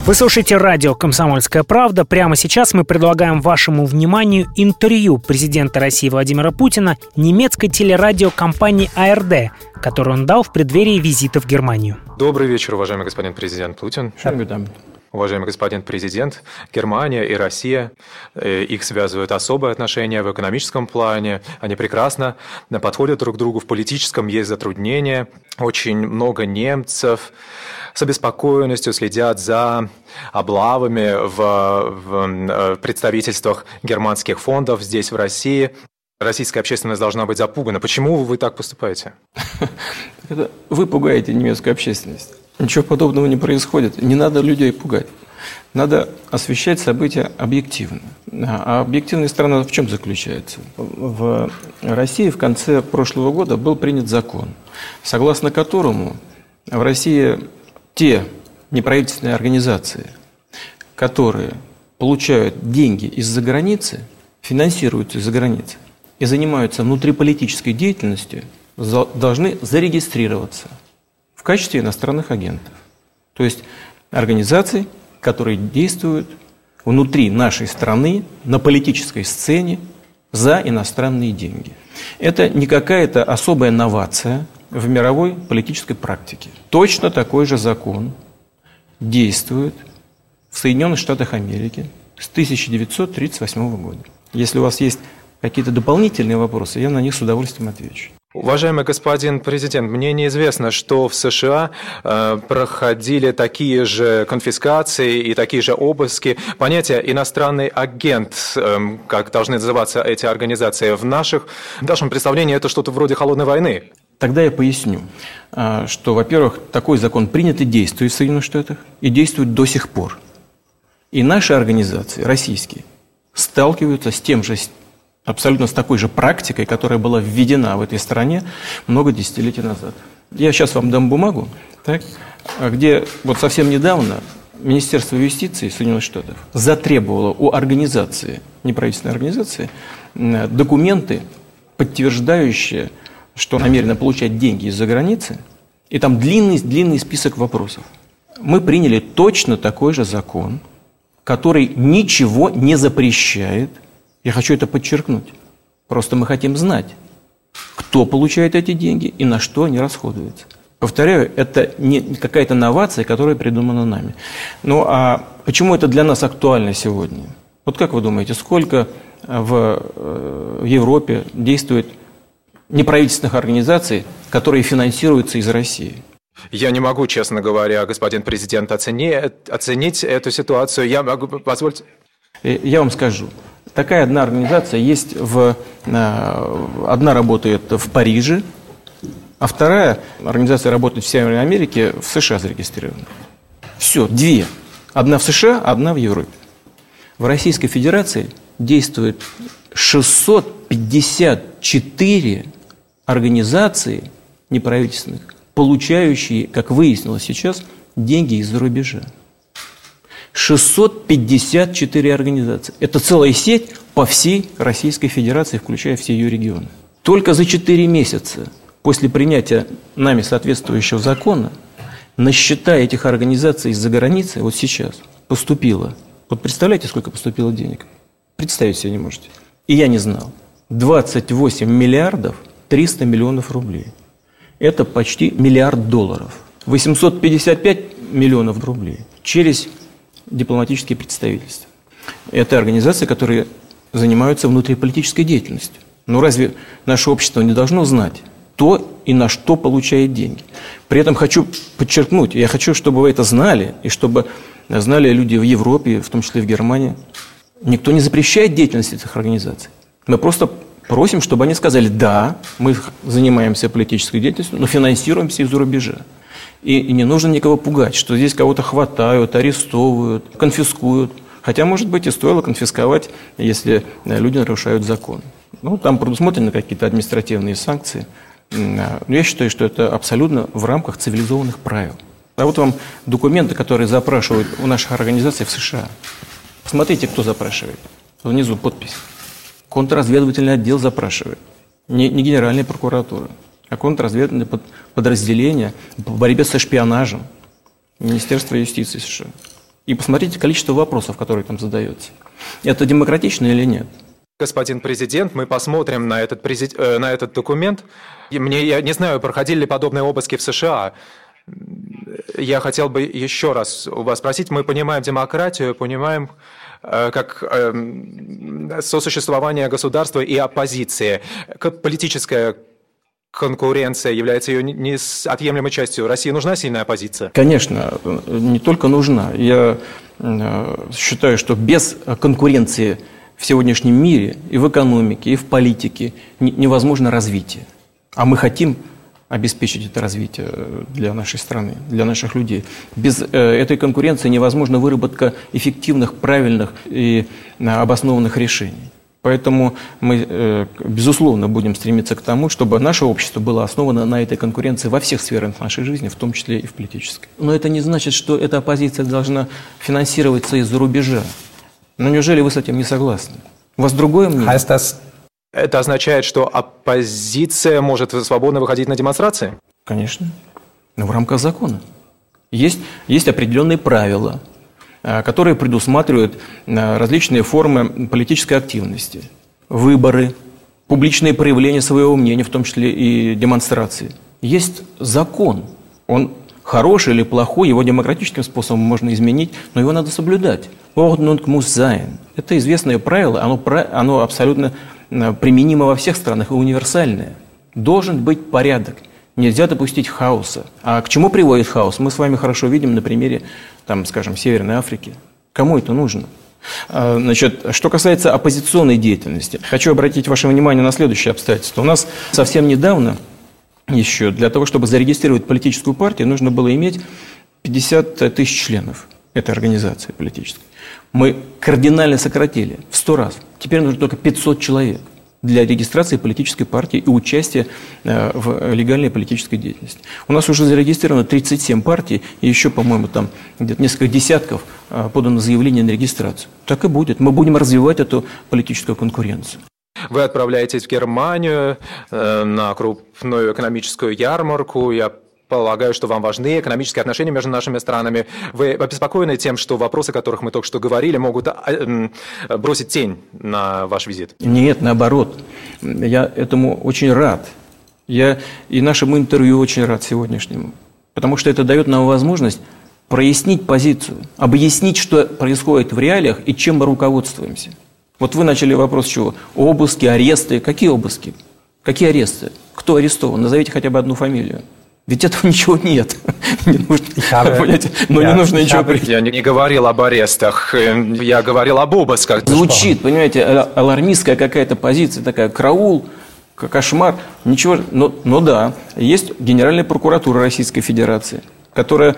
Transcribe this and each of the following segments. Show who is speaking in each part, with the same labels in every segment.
Speaker 1: Вы слушаете радио «Комсомольская правда». Прямо сейчас мы предлагаем вашему вниманию интервью президента России Владимира Путина немецкой телерадиокомпании АРД, которое он дал в преддверии визита в Германию.
Speaker 2: Добрый вечер, уважаемый господин президент Путин. Уважаемый господин президент, Германия и Россия, их связывают особые отношения в экономическом плане. Они прекрасно подходят друг к другу, в политическом есть затруднения. Очень много немцев с обеспокоенностью следят за облавами в представительствах германских фондов здесь, в России. Российская общественность должна быть запугана. Почему вы так поступаете?
Speaker 3: Вы пугаете немецкую общественность. Ничего подобного не происходит. Не надо людей пугать. Надо освещать события объективно. А объективная сторона в чем заключается? В России в конце прошлого года был принят закон, согласно которому в России те неправительственные организации, которые получают деньги из-за границы, финансируются из-за границы и занимаются внутриполитической деятельностью, должны зарегистрироваться в качестве иностранных агентов. То есть организаций, которые действуют внутри нашей страны на политической сцене за иностранные деньги. Это не какая-то особая новация в мировой политической практике. Точно такой же закон действует в Соединенных Штатах Америки с 1938 года. Если у вас есть какие-то дополнительные вопросы, я на них с удовольствием отвечу.
Speaker 2: Уважаемый господин президент, мне неизвестно, что в США проходили такие же конфискации и такие же обыски. Понятие «иностранный агент», как должны называться эти организации, в нашем представлении это что-то вроде холодной войны.
Speaker 3: Тогда я поясню, что, во-первых, такой закон принят и действует в Соединенных Штатах, и действует до сих пор. И наши организации, российские, сталкиваются с тем же, абсолютно с такой же практикой, которая была введена в этой стране много десятилетий назад. Я сейчас вам дам бумагу, так, где вот совсем недавно Министерство юстиции Соединенных Штатов затребовало у организации, неправительственной организации, документы, подтверждающие, что намерено получать деньги из-за границы, и там длинный список вопросов. Мы приняли точно такой же закон, который ничего не запрещает. Я хочу это подчеркнуть. Просто мы хотим знать, кто получает эти деньги и на что они расходуются. Повторяю, это не какая-то новация, которая придумана нами. Ну а почему это для нас актуально сегодня? Вот как вы думаете, сколько в Европе действует неправительственных организаций, которые финансируются из России?
Speaker 2: Я не могу, честно говоря, господин президент, оценить эту ситуацию. Я могу позволить...
Speaker 3: Я вам скажу. Такая одна организация есть одна работает в Париже, а вторая организация работает в Северной Америке, в США зарегистрирована. Все, две. Одна в США, одна в Европе. В Российской Федерации действует 654 организации неправительственных, получающие, как выяснилось сейчас, деньги из-за рубежа. 654 организации. Это целая сеть по всей Российской Федерации, включая все ее регионы. Только за 4 месяца после принятия нами соответствующего закона на счета этих организаций из-за границы вот сейчас поступило. Вот представляете, сколько поступило денег? Представить себе не можете. И я не знал. 28 миллиардов 300 миллионов рублей. Это почти $1 миллиард. 855 миллионов рублей через дипломатические представительства. Это организации, которые занимаются внутриполитической деятельностью. Но разве наше общество не должно знать, кто и на что получает деньги? При этом хочу подчеркнуть, я хочу, чтобы вы это знали, и чтобы знали люди в Европе, в том числе в Германии. Никто не запрещает деятельность этих организаций. Мы просто просим, чтобы они сказали: да, мы занимаемся политической деятельностью, но финансируемся из-за рубежа. И не нужно никого пугать, что здесь кого-то хватают, арестовывают, конфискуют. Хотя, может быть, и стоило конфисковать, если люди нарушают закон. Ну, там предусмотрены какие-то административные санкции. Но я считаю, что это абсолютно в рамках цивилизованных правил. А вот вам документы, которые запрашивают у наших организаций в США. Посмотрите, кто запрашивает. Внизу подпись. Контрразведывательный отдел запрашивает. Не Генеральная прокуратура, а контрразведывательное подразделение по борьбе со шпионажем Министерства юстиции США. И посмотрите количество вопросов, которые там задаются. Это демократично или нет?
Speaker 2: Господин президент, мы посмотрим на этот документ. Я не знаю, проходили ли подобные обыски в США. Я хотел бы еще раз у вас спросить. Мы понимаем демократию, понимаем как сосуществование государства и оппозиции. Политическая конкуренция является ее неотъемлемой частью. России нужна сильная оппозиция?
Speaker 3: Конечно, не только нужна. Я считаю, что без конкуренции в сегодняшнем мире и в экономике, и в политике невозможно развитие. А мы хотим обеспечить это развитие для нашей страны, для наших людей. Без этой конкуренции невозможна выработка эффективных, правильных и обоснованных решений. Поэтому мы, безусловно, будем стремиться к тому, чтобы наше общество было основано на этой конкуренции во всех сферах нашей жизни, в том числе и в политической. Но это не значит, что эта оппозиция должна финансироваться из-за рубежа. Но неужели вы с этим не согласны? У вас другое мнение?
Speaker 2: Это означает, что оппозиция может свободно выходить на демонстрации?
Speaker 3: Конечно. Но в рамках закона. Есть определенные правила, которые предусматривают различные формы политической активности. Выборы, публичные проявления своего мнения, в том числе и демонстрации. Есть закон. Он хороший или плохой, его демократическим способом можно изменить, но его надо соблюдать. Ordnung muss sein. Это известное правило, оно абсолютно применимо во всех странах и универсальное. Должен быть порядок. Нельзя допустить хаоса. А к чему приводит хаос? Мы с вами хорошо видим на примере, скажем, Северной Африки. Кому это нужно? Значит, что касается оппозиционной деятельности, хочу обратить ваше внимание на следующее обстоятельство. У нас совсем недавно еще для того, чтобы зарегистрировать политическую партию, нужно было иметь 50 тысяч членов этой организации политической. Мы кардинально сократили в 100 раз. Теперь нужно только 500 человек для регистрации политической партии и участия в легальной политической деятельности. У нас уже зарегистрировано 37 партий, и еще, по-моему, там где-то несколько десятков подано заявление на регистрацию. Так и будет. Мы будем развивать эту политическую конкуренцию.
Speaker 2: Вы отправляетесь в Германию на крупную экономическую ярмарку. Я полагаю, что вам важны экономические отношения между нашими странами. Вы обеспокоены тем, что вопросы, о которых мы только что говорили, могут бросить тень на ваш визит?
Speaker 3: Нет, наоборот. Я этому очень рад. Я и нашему интервью очень рад сегодняшнему. Потому что это дает нам возможность прояснить позицию, объяснить, что происходит в реалиях и чем мы руководствуемся. Вот вы начали вопрос с чего? Обыски, аресты. Какие обыски? Какие аресты? Кто арестован? Назовите хотя бы одну фамилию. Ведь этого ничего нет. Не нужно, не нужно ничего.
Speaker 2: Я не говорил об арестах, я говорил об обысках.
Speaker 3: Звучит, понимаете, алармистская какая-то позиция, такая караул, кошмар. Ничего, но да, есть Генеральная прокуратура Российской Федерации, которая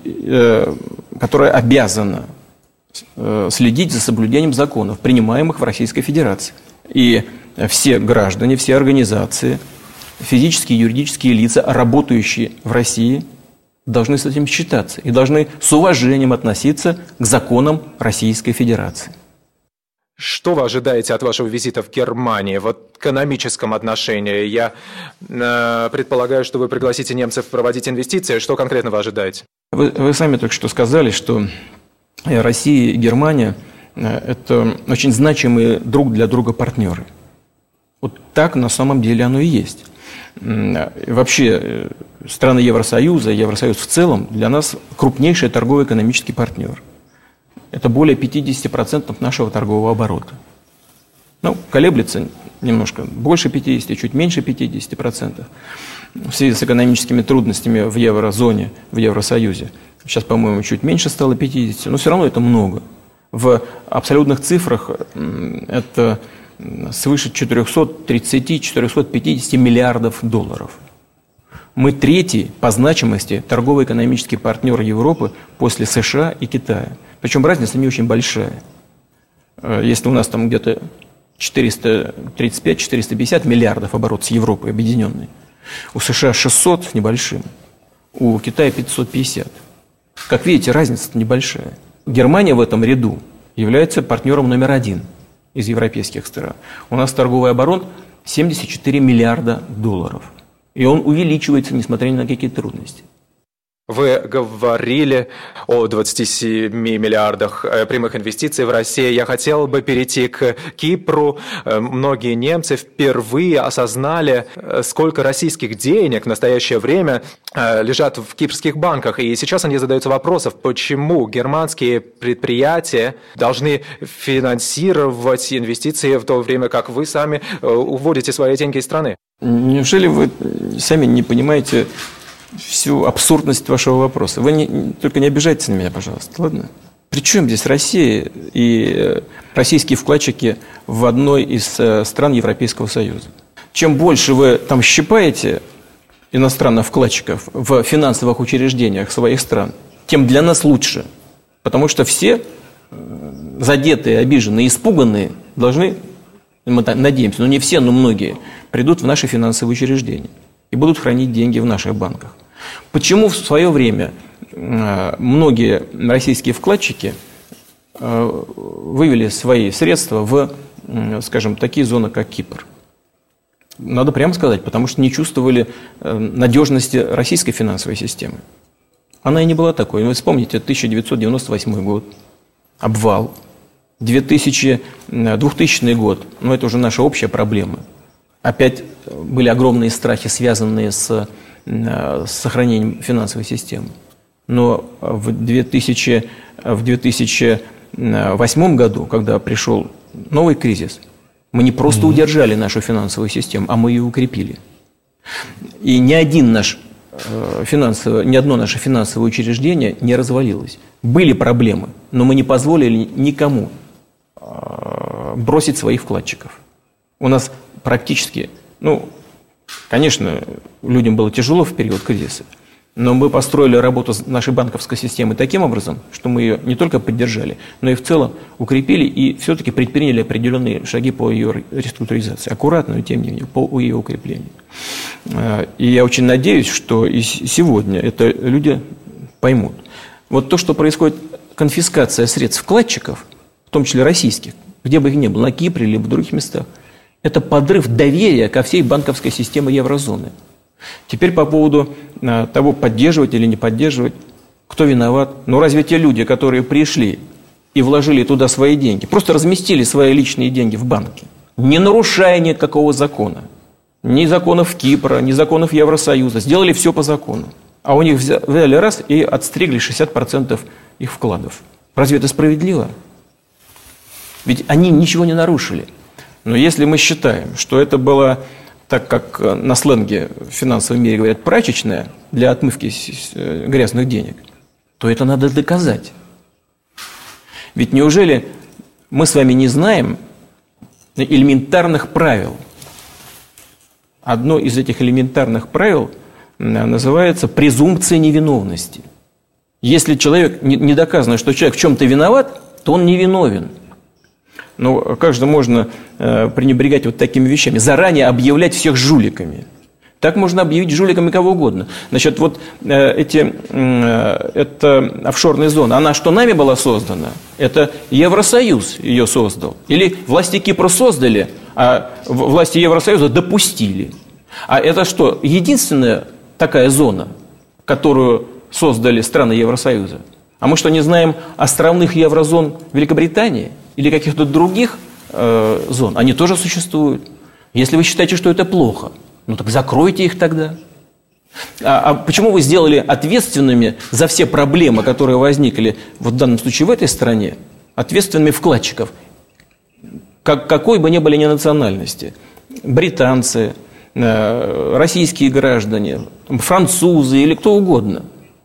Speaker 3: обязана следить за соблюдением законов, принимаемых в Российской Федерации. И все граждане, все организации, физические и юридические лица, работающие в России, должны с этим считаться и должны с уважением относиться к законам Российской Федерации.
Speaker 2: Что вы ожидаете от вашего визита в Германию в экономическом отношении? Я предполагаю, что вы пригласите немцев проводить инвестиции. Что конкретно вы ожидаете?
Speaker 3: Вы сами только что сказали, что Россия и Германия – это очень значимые друг для друга партнеры. Вот так на самом деле оно и есть. Вообще страны Евросоюза, Евросоюз в целом для нас крупнейший торгово-экономический партнер. Это более 50% нашего торгового оборота. Колеблется немножко больше 50%, чуть меньше 50%. В связи с экономическими трудностями в еврозоне, в Евросоюзе. Сейчас, по-моему, чуть меньше стало 50%, но все равно это много. В абсолютных цифрах это свыше 430-450 миллиардов долларов. Мы третий по значимости торгово-экономический партнер Европы после США и Китая. Причем разница не очень большая. Если у нас там где-то 435-450 миллиардов оборот с Европой объединенной, у США 600 с небольшим, у Китая 550. Как видите, разница небольшая. Германия в этом ряду является партнером номер 1 из европейских стран. У нас торговый оборот 74 миллиарда долларов. И он увеличивается, несмотря ни на какие трудности.
Speaker 2: Вы говорили о 27 миллиардах прямых инвестиций в Россию. Я хотел бы перейти к Кипру. Многие немцы впервые осознали, сколько российских денег в настоящее время лежат в кипрских банках. И сейчас они задаются вопросом, почему германские предприятия должны финансировать инвестиции в то время, как вы сами уводите свои деньги из страны.
Speaker 3: Неужели вы сами не понимаете всю абсурдность вашего вопроса? Вы только не обижайтесь на меня, пожалуйста, ладно? При чем здесь Россия и российские вкладчики в одной из стран Европейского Союза? Чем больше вы там щипаете иностранных вкладчиков в финансовых учреждениях своих стран, тем для нас лучше. Потому что все задетые, обиженные, испуганные должны, мы надеемся, но не все, но многие, придут в наши финансовые учреждения и будут хранить деньги в наших банках. Почему в свое время многие российские вкладчики вывели свои средства в, скажем, такие зоны, как Кипр? Надо прямо сказать, потому что не чувствовали надежности российской финансовой системы. Она и не была такой. Вы вспомните, 1998 год, обвал, 2000 год, но это уже наша общая проблема. Опять были огромные страхи, связанные с сохранением финансовой системы. Но в 2008 году, когда пришел новый кризис, мы не просто удержали нашу финансовую систему, а мы ее укрепили. И ни одно наше финансовое учреждение не развалилось. Были проблемы, но мы не позволили никому бросить своих вкладчиков. У нас практически, конечно, людям было тяжело в период кризиса, но мы построили работу нашей банковской системы таким образом, что мы ее не только поддержали, но и в целом укрепили и все-таки предприняли определенные шаги по ее реструктуризации. Аккуратно, но тем не менее, по ее укреплению. И я очень надеюсь, что и сегодня это люди поймут. Вот то, что происходит, конфискация средств вкладчиков, в том числе российских, где бы их ни было, на Кипре или в других местах, это подрыв доверия ко всей банковской системе еврозоны. Теперь по поводу того, поддерживать или не поддерживать, кто виноват. Разве те люди, которые пришли и вложили туда свои деньги, просто разместили свои личные деньги в банке, не нарушая никакого закона, ни законов Кипра, ни законов Евросоюза, сделали все по закону. А у них взяли раз и отстригли 60% их вкладов. Разве это справедливо? Ведь они ничего не нарушили. Но если мы считаем, что это было, так как на сленге в финансовом мире говорят, прачечная для отмывки грязных денег, то это надо доказать. Ведь неужели мы с вами не знаем элементарных правил? Одно из этих элементарных правил называется презумпция невиновности. Если человек, не доказано, что человек в чем-то виноват, то он невиновен. Но как же можно пренебрегать вот такими вещами? Заранее объявлять всех жуликами. Так можно объявить жуликами кого угодно. Значит, вот эта офшорная зона, она что, нами была создана? Это Евросоюз ее создал. Или власти Кипра создали, а власти Евросоюза допустили. А это что, единственная такая зона, которую создали страны Евросоюза? А мы что, не знаем островных еврозон Великобритании? Или каких-то других зон? Они тоже существуют. Если вы считаете, что это плохо, так закройте их тогда. А почему вы сделали ответственными за все проблемы, которые возникли в данном случае в этой стране, ответственными вкладчиков, какой бы ни были ни национальности? Британцы, российские граждане, французы или кто угодно.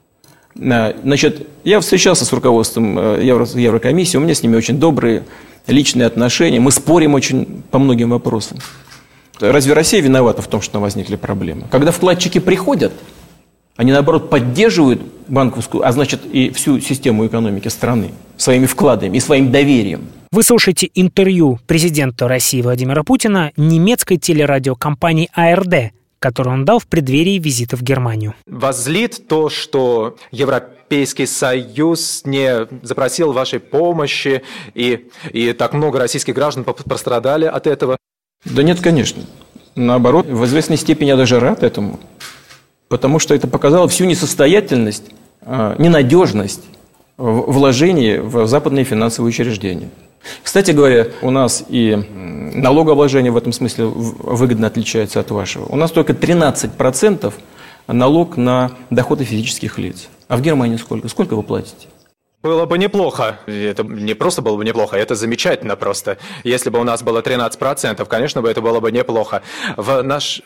Speaker 3: Значит, я встречался с руководством Еврокомиссии, у меня с ними очень добрые личные отношения, мы спорим очень по многим вопросам. Разве Россия виновата в том, что возникли проблемы? Когда вкладчики приходят, они, наоборот, поддерживают банковскую, а значит и всю систему экономики страны своими вкладами и своим доверием.
Speaker 1: Вы слушаете интервью президента России Владимира Путина немецкой телерадиокомпании ARD, который он дал в преддверии визита в Германию.
Speaker 2: Вас злит то, что Европейский Союз не запросил вашей помощи, и так много российских граждан пострадали от этого?
Speaker 3: Да нет, конечно. Наоборот, в известной степени я даже рад этому. потому что это показало всю несостоятельность, ненадежность вложений в западные финансовые учреждения. Кстати говоря, у нас и налогообложение в этом смысле выгодно отличается от вашего. У нас только 13% налог на доходы физических лиц. А в Германии сколько? Сколько вы платите?
Speaker 2: Было бы неплохо. Это не просто было бы неплохо, это замечательно просто. Если бы у нас было 13%, конечно бы это было бы неплохо. У нас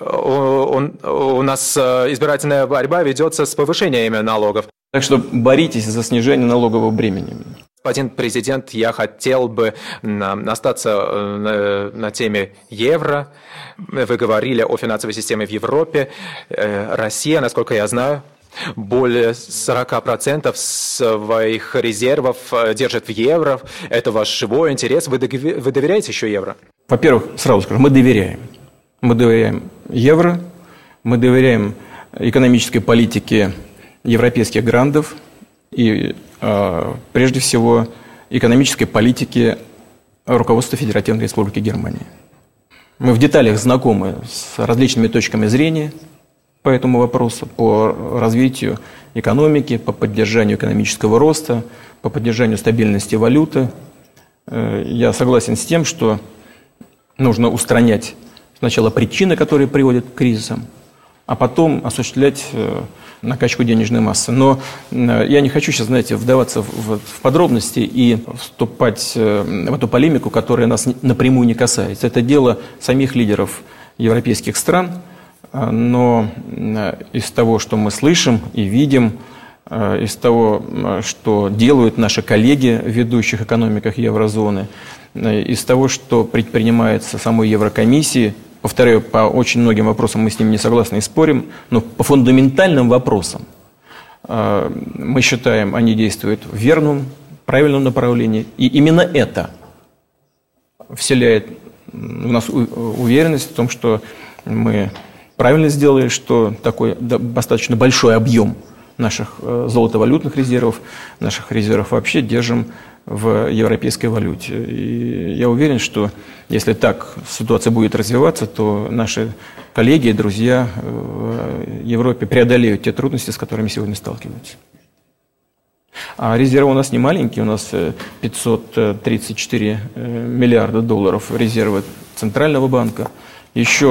Speaker 2: избирательная борьба ведется с повышением налогов.
Speaker 3: Так что боритесь за снижение налогового бремени.
Speaker 2: Господин президент, я хотел бы остаться на теме евро. Вы говорили о финансовой системе в Европе. Россия, насколько я знаю, более 40% своих резервов держит в евро. Это ваш живой интерес. Вы доверяете еще евро?
Speaker 3: Во-первых, сразу скажу, мы доверяем. Мы доверяем евро, мы доверяем экономической политике европейских грандов и, прежде всего, экономической политике руководства Федеративной Республики Германии. Мы в деталях знакомы с различными точками зрения по этому вопросу, по развитию экономики, по поддержанию экономического роста, по поддержанию стабильности валюты. Я согласен с тем, что нужно устранять сначала причины, которые приводят к кризисам, а потом осуществлять накачку денежной массы. Но я не хочу сейчас, знаете, вдаваться в подробности и вступать в эту полемику, которая нас напрямую не касается. Это дело самих лидеров европейских стран, но из того, что мы слышим и видим, из того, что делают наши коллеги в ведущих экономиках еврозоны, из того, что предпринимается самой Еврокомиссией, повторяю, по очень многим вопросам мы с ними не согласны и спорим, но по фундаментальным вопросам мы считаем, они действуют в верном, правильном направлении. И именно это вселяет в нас уверенность в том, что мы правильно сделали, что такой достаточно большой объем наших золотовалютных резервов, наших резервов вообще держим в европейской валюте. И я уверен, что если так ситуация будет развиваться, то наши коллеги и друзья в Европе преодолеют те трудности, с которыми сегодня сталкиваются. А резервы у нас не маленькие, у нас 534 миллиарда долларов резервы Центрального банка, еще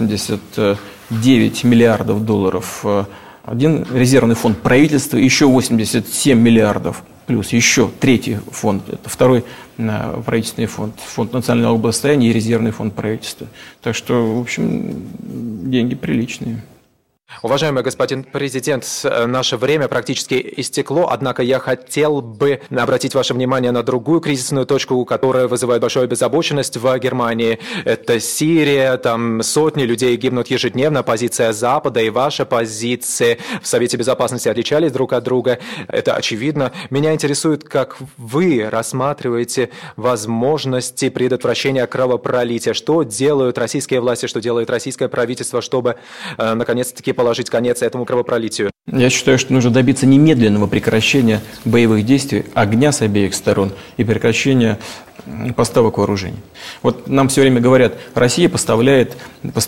Speaker 3: 89 миллиардов долларов один резервный фонд правительства, еще 87 миллиардов, плюс еще третий фонд, это второй правительственный фонд, фонд национального благосостояния и резервный фонд правительства. Так что, в общем, деньги приличные.
Speaker 2: Уважаемый господин президент, наше время практически истекло, однако я хотел бы обратить ваше внимание на другую кризисную точку, которая вызывает большую обезобоченность в Германии. Это Сирия, там сотни людей гибнут ежедневно, позиция Запада и ваша позиция в Совете Безопасности отличались друг от друга, это очевидно. Меня интересует, как вы рассматриваете возможности предотвращения кровопролития, что делают российские власти, что делает российское правительство, чтобы наконец-таки положить конец этому кровопролитию?
Speaker 3: Я считаю, что нужно добиться немедленного прекращения боевых действий, огня с обеих сторон и прекращения поставок вооружений. Вот нам все время говорят, Россия поставляет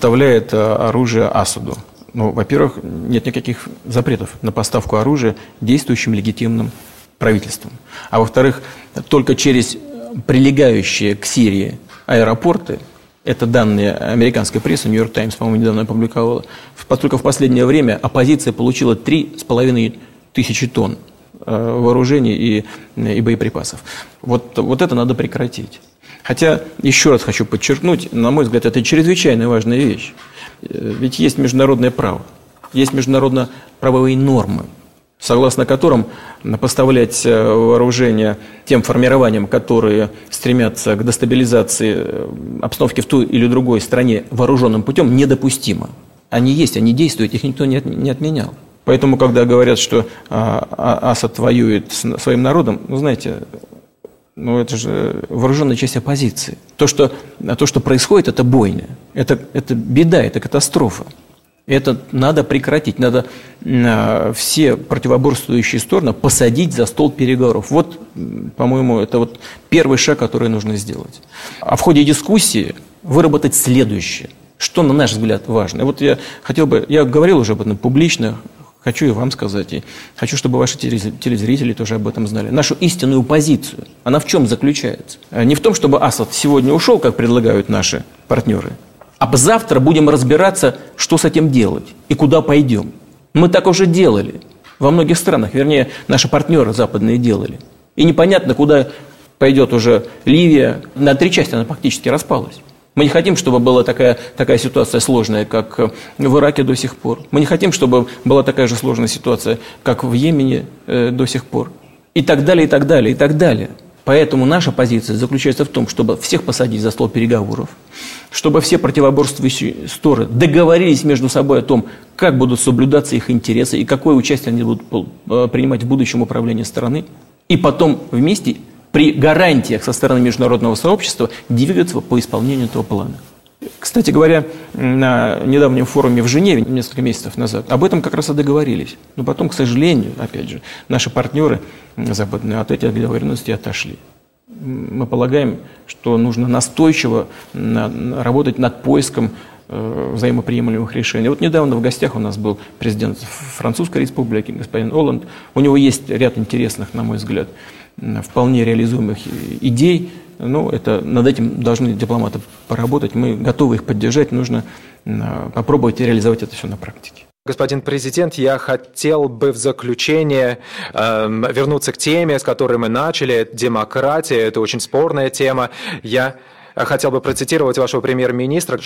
Speaker 3: оружие Асаду. Ну, во-первых, нет никаких запретов на поставку оружия действующим легитимным правительством. А во-вторых, только через прилегающие к Сирии аэропорты, это данные американской прессы, Нью-Йорк Таймс, по-моему, недавно опубликовала, только в последнее время оппозиция получила 3,5 тысячи тонн вооружений и боеприпасов. Вот это надо прекратить. Хотя, еще раз хочу подчеркнуть, на мой взгляд, это чрезвычайно важная вещь. Ведь есть международное право, есть международно-правовые нормы, согласно которым поставлять вооружение тем формированиям, которые стремятся к дестабилизации обстановки в той или другой стране вооруженным путем, недопустимо. Они есть, они действуют, их никто не отменял. Поэтому, когда говорят, что Асад воюет с своим народом, знаете, это же вооруженная часть оппозиции. То, что происходит, это бойня, это беда, это катастрофа. Это надо прекратить, надо все противоборствующие стороны посадить за стол переговоров. Вот, по-моему, это первый шаг, который нужно сделать. А в ходе дискуссии выработать следующее. Что, на наш взгляд, важно? Вот я говорил уже об этом публично, хочу и вам сказать, и хочу, чтобы ваши телезрители тоже об этом знали. Нашу истинную позицию, она в чем заключается? Не в том, чтобы Асад сегодня ушел, как предлагают наши партнеры, а завтра будем разбираться, что с этим делать и куда пойдем. Мы так уже делали во многих странах, вернее, наши партнеры западные делали. И непонятно, куда пойдет уже Ливия. На 3 части она фактически распалась. Мы не хотим, чтобы была такая ситуация сложная, как в Ираке до сих пор. Мы не хотим, чтобы была такая же сложная ситуация, как в Йемене до сих пор. И так далее, и так далее, и так далее. Поэтому наша позиция заключается в том, чтобы всех посадить за стол переговоров, чтобы все противоборствующие стороны договорились между собой о том, как будут соблюдаться их интересы и какое участие они будут принимать в будущем управлении страны. И потом вместе при гарантиях со стороны международного сообщества двигаться по исполнению этого плана. Кстати говоря, на недавнем форуме в Женеве несколько месяцев назад об этом как раз и договорились. Но потом, к сожалению, опять же, наши партнеры западные от этих договоренностей отошли. Мы полагаем, что нужно настойчиво работать над поиском взаимоприемлемых решений. Вот недавно в гостях у нас был президент Французской республики, господин Олланд. У него есть ряд интересных, на мой взгляд, вполне реализуемых идей. Ну, над этим должны дипломаты поработать. Мы готовы их поддержать. Нужно попробовать реализовать это все на практике.
Speaker 2: Господин президент, я хотел бы в заключение вернуться к теме, с которой мы начали. Демократия – это очень спорная тема. Я хотел бы процитировать вашего премьер-министра,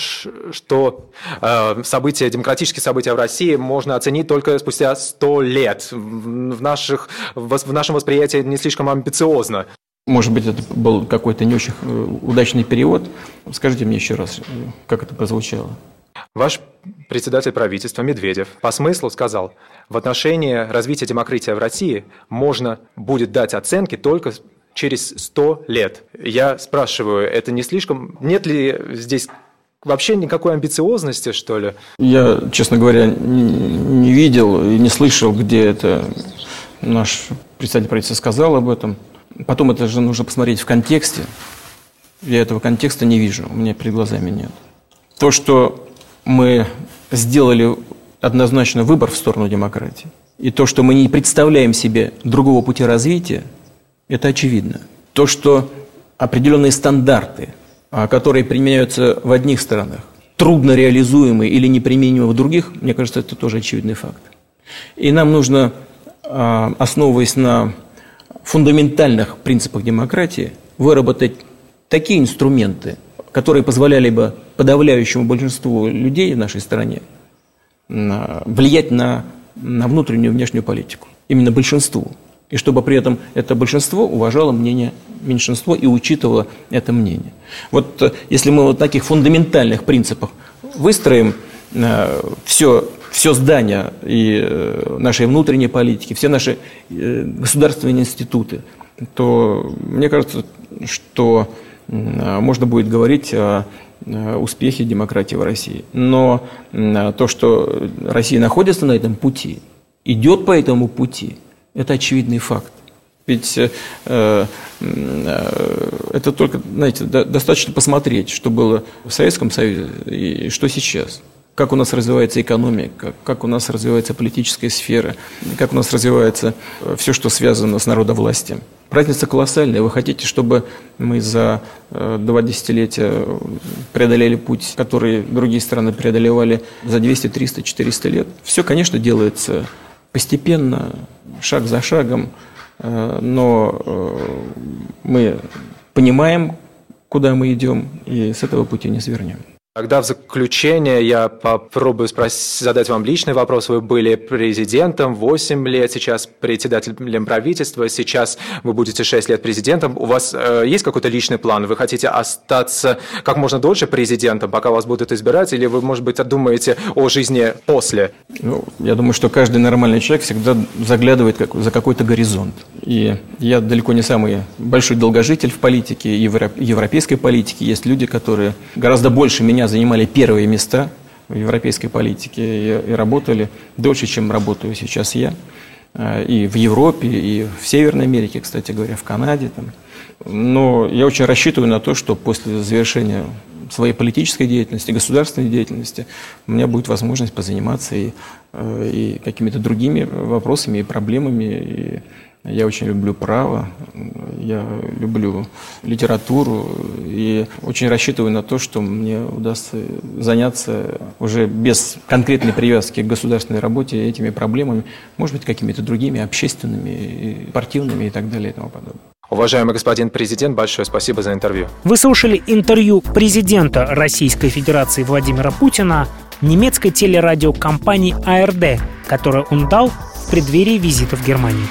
Speaker 2: что демократические события в России можно оценить только спустя 100 лет. В нашем восприятии не слишком амбициозно.
Speaker 3: Может быть, это был какой-то не очень удачный перевод. Скажите мне еще раз, как это прозвучало.
Speaker 2: Ваш председатель правительства Медведев по смыслу сказал, в отношении развития демократии в России можно будет дать оценки только через 100 лет. Я спрашиваю, это не слишком... Нет ли здесь вообще никакой амбициозности, что ли?
Speaker 3: Я, честно говоря, не видел и не слышал, где это наш председатель правительства сказал об этом. Потом это же нужно посмотреть в контексте. Я этого контекста не вижу, у меня перед глазами нет. То, что мы сделали однозначно выбор в сторону демократии, и то, что мы не представляем себе другого пути развития, это очевидно. То, что определенные стандарты, которые применяются в одних странах, трудно реализуемы или неприменимы в других, мне кажется, это тоже очевидный факт. И нам нужно, основываясь на фундаментальных принципах демократии, выработать такие инструменты, которые позволяли бы подавляющему большинству людей в нашей стране влиять на внутреннюю и внешнюю политику. Именно большинству. И чтобы при этом это большинство уважало мнение меньшинства и учитывало это мнение. Вот если мы вот таких фундаментальных принципах выстроим все здание и нашей внутренней политики, все наши государственные институты, то мне кажется, что можно будет говорить о успехе демократии в России. Но то, что Россия находится на этом пути, идет по этому пути, это очевидный факт. Ведь это только, знаете, достаточно посмотреть, что было в Советском Союзе и что сейчас. Как у нас развивается экономика, как у нас развивается политическая сфера, как у нас развивается все, что связано с народовластием. Разница колоссальная. Вы хотите, чтобы мы за 2 десятилетия преодолели путь, который другие страны преодолевали за 200, 300, 400 лет? Все, конечно, делается постепенно, шаг за шагом, но мы понимаем, куда мы идем, и с этого пути не свернем.
Speaker 2: Тогда в заключение я попробую задать вам личный вопрос. Вы были президентом 8 лет, сейчас председателем правительства, сейчас вы будете 6 лет президентом. У вас есть какой-то личный план? Вы хотите остаться как можно дольше президентом, пока вас будут избирать, или вы, может быть, думаете о жизни после?
Speaker 3: Я думаю, что каждый нормальный человек всегда заглядывает за какой-то горизонт. И я далеко не самый большой долгожитель в политике, европейской политике. Есть люди, которые гораздо больше меня занимали первые места в европейской политике и работали дольше, чем работаю сейчас я. И в Европе, и в Северной Америке, кстати говоря, в Канаде. Но я очень рассчитываю на то, что после завершения своей политической деятельности, государственной деятельности у меня будет возможность позаниматься и какими-то другими вопросами и проблемами. И я очень люблю право, я люблю литературу и очень рассчитываю на то, что мне удастся заняться уже без конкретной привязки к государственной работе этими проблемами, может быть, какими-то другими, общественными, партийными и так далее и тому подобное.
Speaker 2: Уважаемый господин президент, большое спасибо за интервью.
Speaker 1: Вы слушали интервью президента Российской Федерации Владимира Путина немецкой телерадиокомпании ARD, которое он дал в преддверии визита в Германию.